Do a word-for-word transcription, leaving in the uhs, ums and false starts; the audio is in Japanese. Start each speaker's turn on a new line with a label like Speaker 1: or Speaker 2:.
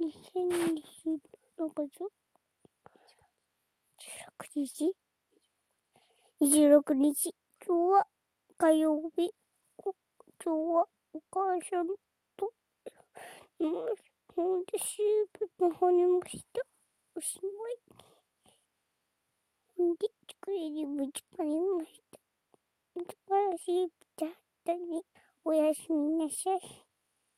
Speaker 1: にせんにじゅうろくねんにじゅうろくにち、今日は火曜日。今日はお母さんとほんでシープの方にました。おしまい。ほんで机にぶつかりました。だからシープだったね。おやすみなさい。